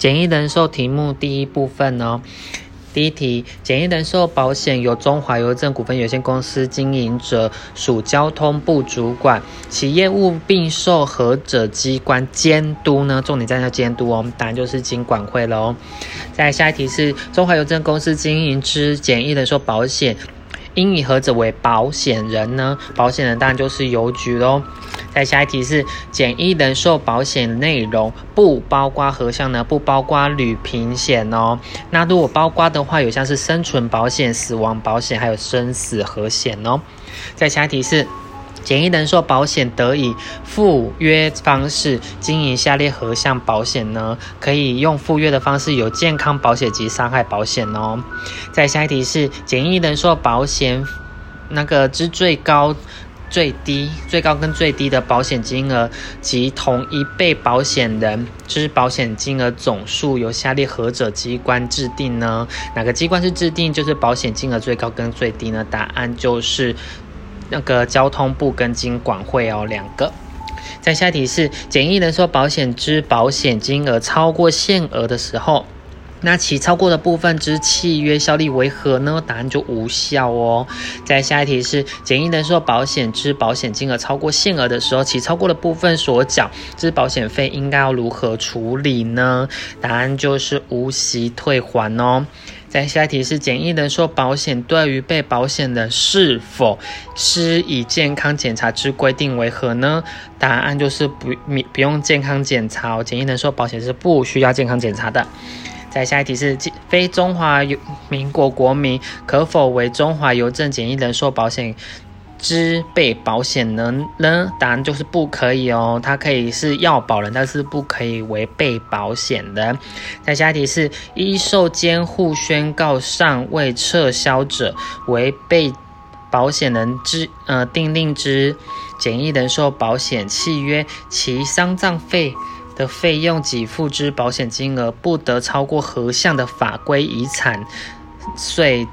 简易人寿题目第一部分哦。第一题，简易人寿保险由中华邮政股份有限公司经营者，属交通部主管，其业务并受何者机关监督呢？重点在要监督哦，答案就是金管会了哦。再来下一题是中华邮政公司经营之简易人寿保险，应以何者为保险人呢？保险人当然就是邮局咯。再下一题是简易人寿保险内容不包括何项呢？不包括旅平险哦。那如果包括的话，有像是生存保险、死亡保险，还有生死和险哦。再下一题是简易人寿保险得以附约方式经营下列何项保险呢？可以用附约的方式有健康保险及伤害保险哦。再下一题是简易人寿保险之最高跟最低的保险金额及同一被保险人之保险金额总数由下列何者机关制定呢？哪个机关是制定就是保险金额最高跟最低呢？答案就是交通部跟金管会哦，两个。再下一题是简易人寿保险之保险金额超过限额的时候，那其超过的部分之契约效力为何呢？答案就无效哦。再下一题是简易人寿保险之保险金额超过限额的时候，其超过的部分所缴之保险费应该要如何处理呢？答案就是无息退还哦。再下一题是简易人寿保险对于被保险人是否施以健康检查之规定为何呢？答案就是不用健康检查哦，简易人寿保险是不需要健康检查的。再下一题是非中华民国国民可否为中华邮政简易人寿保险之被保险人呢？答案就是不可以哦，它可以是要保人，但是不可以为被保险人。再下一题是依受监护宣告尚未撤销者为被保险人之订定之简易人寿保险契约，其丧葬费的费用给付之保险金额不得超过何项的法规遗产税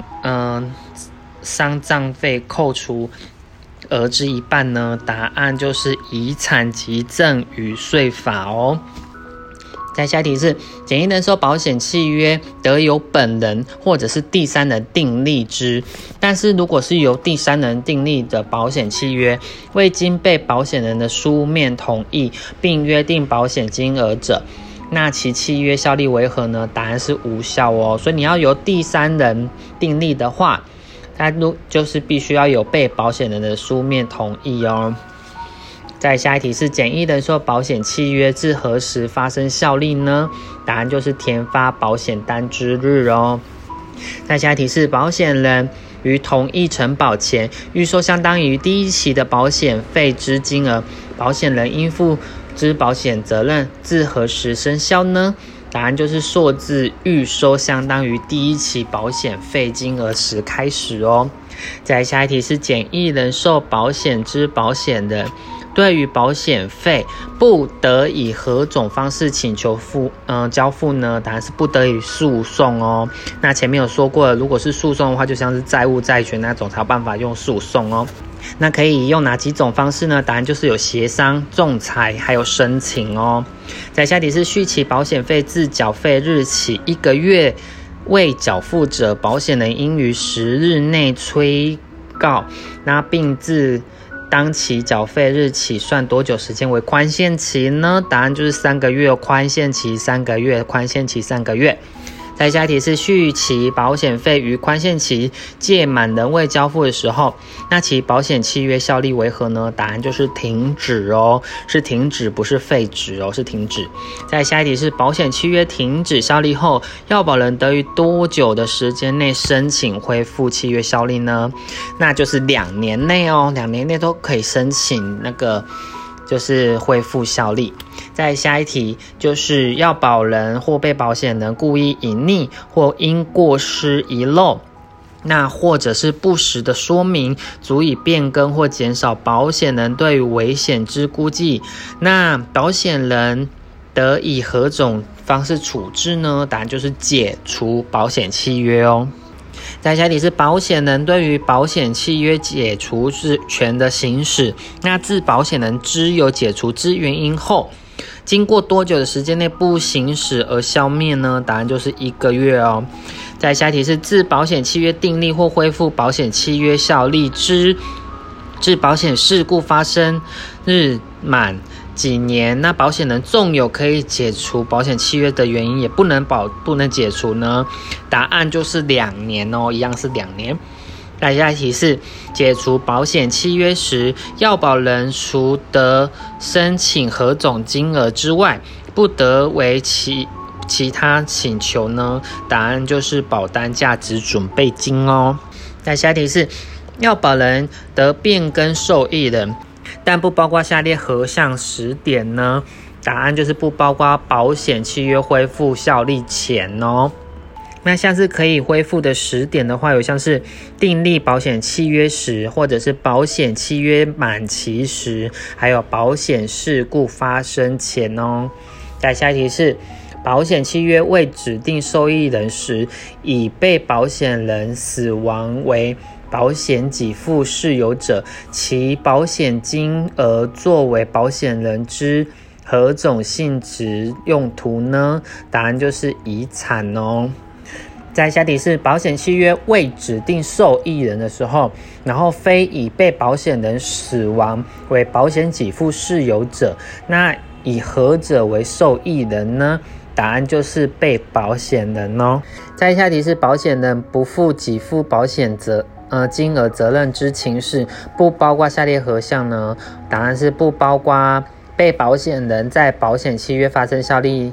丧葬费扣除额之一半呢？答案就是遗产及赠与税法哦。再下一题是简易人寿保险契约得由本人或者是第三人订立之，但是如果是由第三人订立的保险契约，未经被保险人的书面同意并约定保险金额者，那其契约效力为何呢？答案是无效哦。所以你要由第三人订立的话，它就是必须要有被保险人的书面同意哦。再下一题是简易人寿保险契约自何时发生效力呢？答案就是填发保险单之日哦。再下一题是保险人于同意承保前预收相当于第一期的保险费之金额，保险人应负之保险责任自何时生效呢？答案就是溯自预收相当于第一期保险费金额时开始哦。再下一题是简易人寿保险之保险人对于保险费不得以何种方式请求交付呢？答案是不得以诉讼哦。那前面有说过了，如果是诉讼的话，就像是债务债权那种才有办法用诉讼哦。那可以用哪几种方式呢？答案就是有协商、仲裁还有申请哦。再下题是续期保险费自缴费日起1个月未缴付者，保险人应于10日内催告，那并自当期缴费日起算多久时间为宽限期呢？答案就是3个月，宽限期3个月，宽限期3个月。再下一题是续期保险费于宽限期届满仍未交付的时候，那其保险契约效力为何呢？答案就是停止哦，是停止，不是废止哦，是停止。再下一题是保险契约停止效力后，要保人得于多久的时间内申请恢复契约效力呢？那就是2年内哦，2年内都可以申请就是恢复效力。再下一题就是要保人或被保险人故意隐匿或因过失遗漏，那或者是不实的说明，足以变更或减少保险人对于危险之估计，那保险人得以何种方式处置呢？答案就是解除保险契约哦。 再下题是保险人对于保险契约解除权的行使，那自保险人知有解除之原因后，经过多久的时间内不行使而消灭呢？答案就是1个月哦。再下一题是自保险契约订立或恢复保险契约效力之至保险事故发生日满几年，那保险人纵有可以解除保险契约的原因，也不能解除呢？答案就是2年哦，一样是2年。再下一题是解除保险契约时，要保人除得申请核总金额之外，不得为其他请求呢？答案就是保单价值准备金哦。再下一题是要保人得变更受益人，但不包括下列何项10点呢？答案就是不包括保险契约恢复效力前哦。那像是可以恢复的10点的话，有像是订立保险契约时，或者是保险契约满期时，还有保险事故发生前哦。再下一题是保险契约未指定受益人时，以被保险人死亡为保险给付事由者，其保险金额作为保险人之何种性质用途呢？答案就是遗产哦。再下题是保险契约未指定受益人的时候，然后非以被保险人死亡为保险给付事由者，那以何者为受益人呢？答案就是被保险人哦。再下题是保险人不负给付保险金额责任之情事，不包括下列何项呢？答案是不包括被保险人在保险契约发生效力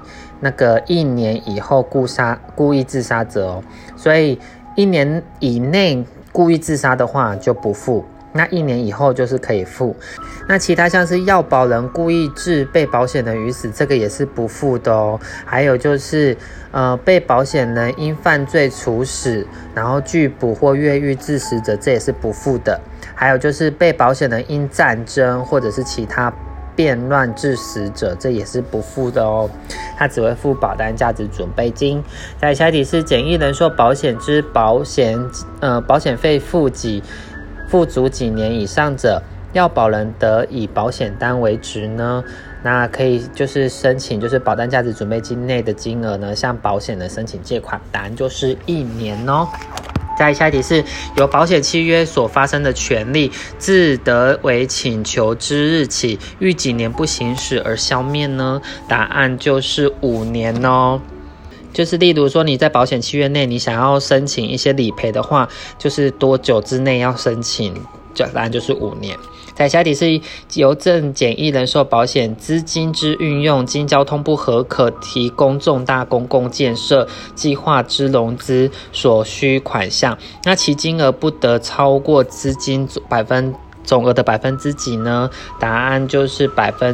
1年以后故意自杀者哦。所以1年以内故意自杀的话就不负，那1年以后就是可以付。那其他像是要保人故意致被保险人于死，这个也是不负的哦。还有就是被保险人因犯罪处死，然后拒捕或越狱致死者，这也是不负的。还有就是被保险人因战争或者是其他变乱致死者，这也是不付的哦，他只会付保单价值准备金。再下一题是简易人寿保险之保险费付足几年以上者，要保人得以保险单为值呢？那可以就是申请就是保单价值准备金内的金额呢，向保险人申请借款，答案就是1年哦。再下一题是由保险契约所发生的权利，自得为请求之日起，逾几年不行使而消灭呢？答案就是5年哦。就是例如说你在保险契约内，你想要申请一些理赔的话，就是多久之内要申请？答案就是5年。再下一题是邮政简易人寿保险资金之运用，经交通部核可提供重大公共建设计划之融资所需款项，那其金额不得超过资金总额的%几呢？答案就是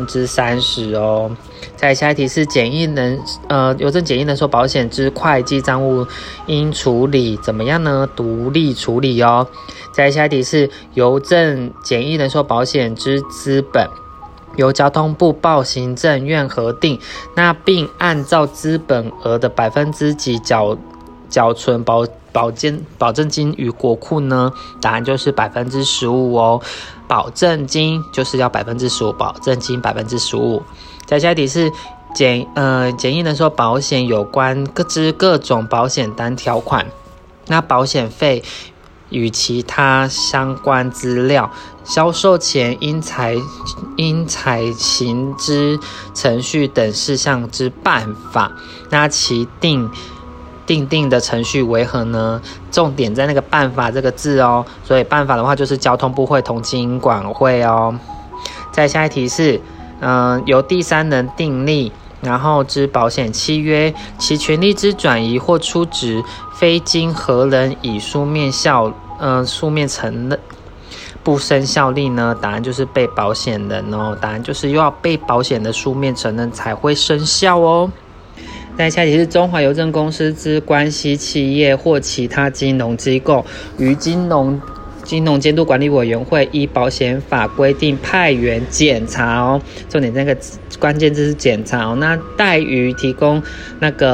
30%哦。再下一题是邮政简易人寿保险之会计账务应处理怎么样呢？独立处理哦。再下一题是邮政简易人寿保险之资本，由交通部报行政院核定，那并按照资本额的几缴存保证金于国库呢？答案就是15%哦。保证金就是要15%，保证金15%。再下一题是简易人寿保险有关各种保险单条款，那保险费与其他相关资料，销售前应采行之程序等事项之办法，那其定的程序为何呢？重点在那个办法这个字哦，所以办法的话就是交通部会同金管会哦。再下一题是由第三人订立然后之保险契约，其权利之转移或出值，非经何人以书面承认不生效力呢？答案就是被保险人哦，答案就是又要被保险的书面承认才会生效哦。再下题是中华邮政公司之关系企业或其他金融机构于金融监督管理委员会依保险法规定派员检查哦，重点那个关键字是检查哦。那怠于提供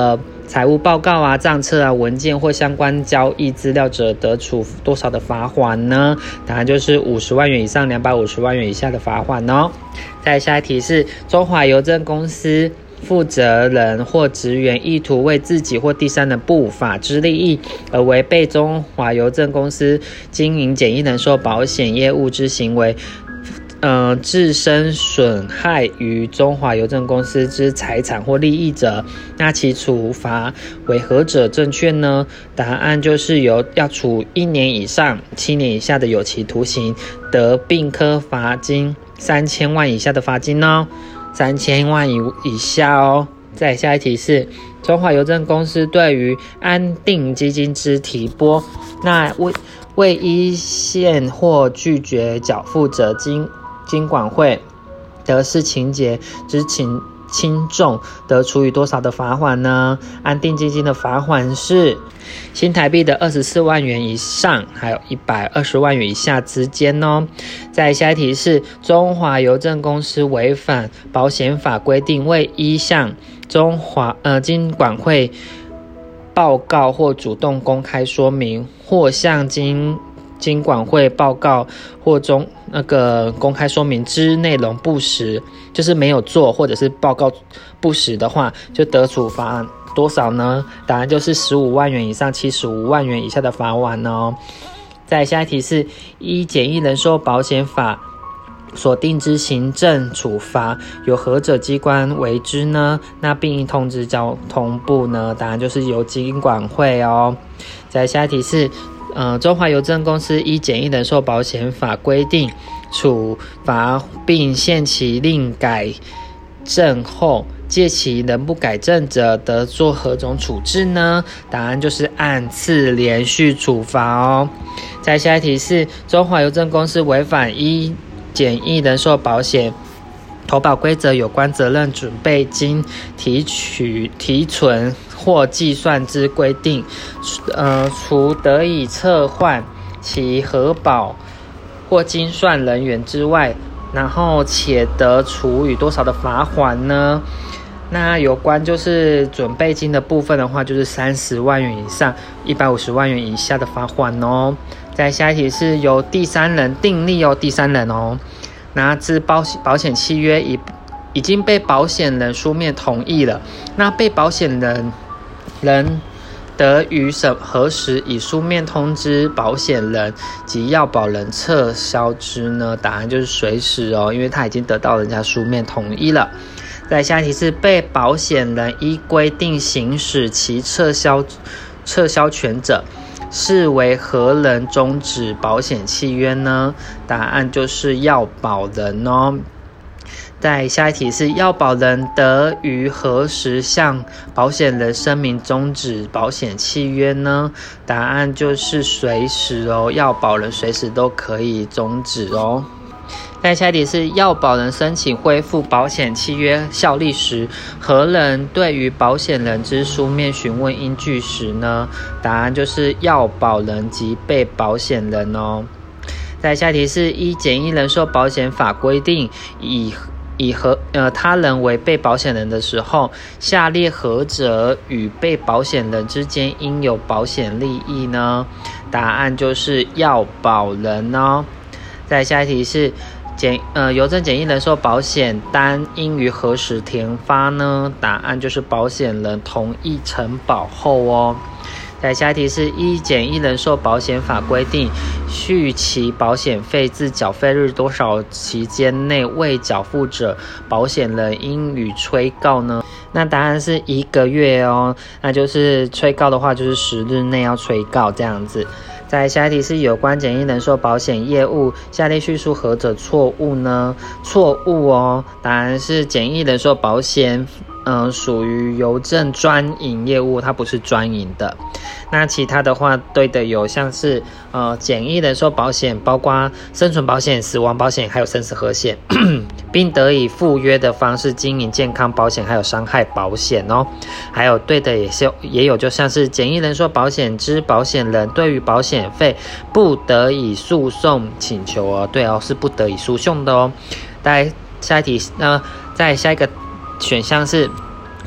财务报告啊、账册啊、文件或相关交易资料者，得处多少的罚款呢？答案就是50万元以上250万元以下的罚款哦。再下一题是中华邮政公司负责人或职员意图为自己或第三人不法之利益而违背中华邮政公司经营简易人寿保险业务之行为，自身损害于中华邮政公司之财产或利益者，那其处罚为何者正确呢？答案就是要处1年以上7年以下的有期徒刑，得并科罚金3000万以下的罚金哦，3000万以下哦。再下一题是中华邮政公司对于安定基金之提拨，那未依限或拒绝缴付者，金管会得视情节之轻重，得处以多少的罚款呢？安定基金的罚款是新台币的24万元以上，还有120万元以下之间哦。再下一题是中华邮政公司违反保险法规定，未依向金管会报告或主动公开说明，或向金管会报告或公开说明之内容不实，就是没有做或者是报告不实的话，就得处罚多少呢？答案就是15万元以上75万元以下的罚款哦。再下一题是依简易人寿保险法所定之行政处罚，有何者机关为之呢？那并通知交通部呢？答案就是由金管会哦。再下一题是中华邮政公司依简易人寿保险法规定处罚并限期另改正后，届期仍不改正者，得做何种处置呢？答案就是按次连续处罚哦。再下一题是中华邮政公司违反依简易人寿保险投保规则有关责任准备金提存或计算之规定，除得以撤换其核保或精算人员之外，然后且得处以多少的罚款呢？那有关就是准备金的部分的话，就是30万元以上150万元以下的罚款哦。再下一题是由第三人订立哦，第三人哦，拿之保险契约已经被保险人书面同意了，那被保险人得于何时以书面通知保险人及要保人撤销之呢？答案就是随时哦，因为他已经得到人家书面同意了。再下一题是被保险人依规定行使其撤销权者，视为何人终止保险契约呢？答案就是要保人哦。再下一题是要保人得于何时向保险人声明终止保险契约呢？答案就是随时哦，要保人随时都可以终止哦。再下一题是要保人申请恢复保险契约效力时，何人对于保险人之书面询问应据时呢？答案就是要保人及被保险人哦。再下一题是依简易人寿保险法规定，以他人为被保险人的时候，下列何者与被保险人之间应有保险利益呢？答案就是要保人哦。再下一题是邮政简易人寿保险单应于何时填发呢？答案就是保险人同意承保后哦。再下一题是依简易人寿保险法规定，续期保险费自缴费日多少期间内未缴付者，保险人应予催告呢？那答案是1个月哦，那就是催告的话就是10日内要催告这样子。再下一题是有关简易人寿保险业务，下列叙述何者错误呢？错误哦，答案是简易人寿保险属于邮政专营业务，它不是专营的。那其他的话对的有像是简易人寿保险包括生存保险、死亡保险还有生死和险并得以附约的方式经营健康保险还有伤害保险哦。还有对的也有就像是简易人寿保险之保险人对于保险费不得以诉讼请求哦，对哦，是不得以诉讼的哦。再下一题再下一个选项是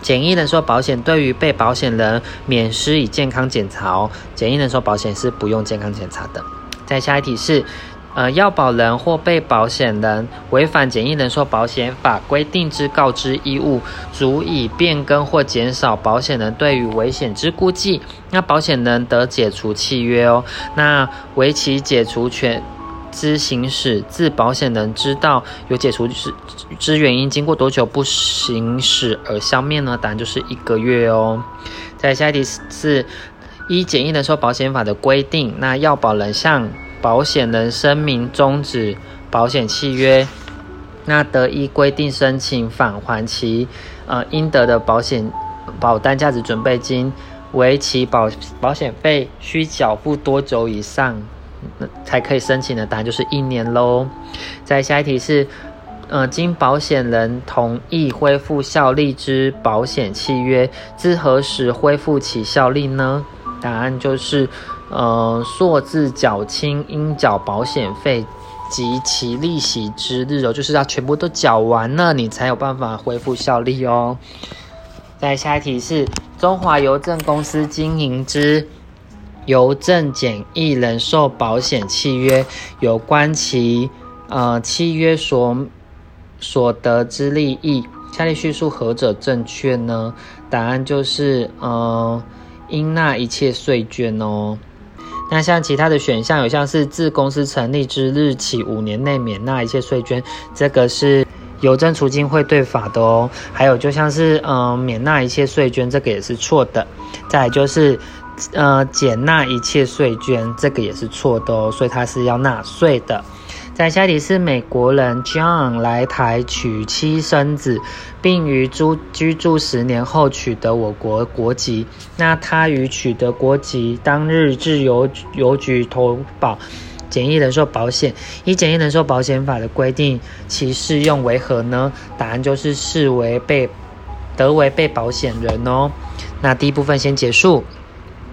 简易人寿保险对于被保险人免施以健康检查哦，简易人寿保险是不用健康检查的。再下一题是，要保人或被保险人违反简易人寿保险法规定之告知义务，足以变更或减少保险人对于危险之估计，那保险人得解除契约哦。那为其解除权之行使，自保险人知道有解除之原因经过多久不行使而消灭呢？答案就是1个月哦。再下一题是依简易人寿保险法的规定，那要保人向保险人声明终止保险契约，那得依规定申请返还其应得的保单价值准备金，为其保险费需缴付多久以上才可以申请的？答案就是1年咯。再下一题是经保险人同意恢复效力之保险契约，自何时恢复其效力呢？答案就是溯自缴清应缴保险费及其利息之日哦，就是要全部都缴完了，你才有办法恢复效力哦。再下一题是中华邮政公司经营之邮政简易人寿保险契约，有关其契约所得之利益，下列叙述何者正确呢？答案就是应纳一切税捐哦。那像其他的选项有像是自公司成立之日起5年内免纳一切税捐，这个是邮政储金会对法的哦。还有就像是免纳一切税捐，这个也是错的。再来就是减纳一切税捐，这个也是错的哦，所以它是要纳税的。再下一题是美国人 John 来台娶妻生子，并于居住10年后取得我国国籍。那他于取得国籍当日至邮局投保简易人寿保险，依简易人寿保险法的规定，其适用为何呢？答案就是得为被保险人哦。那第一部分先结束。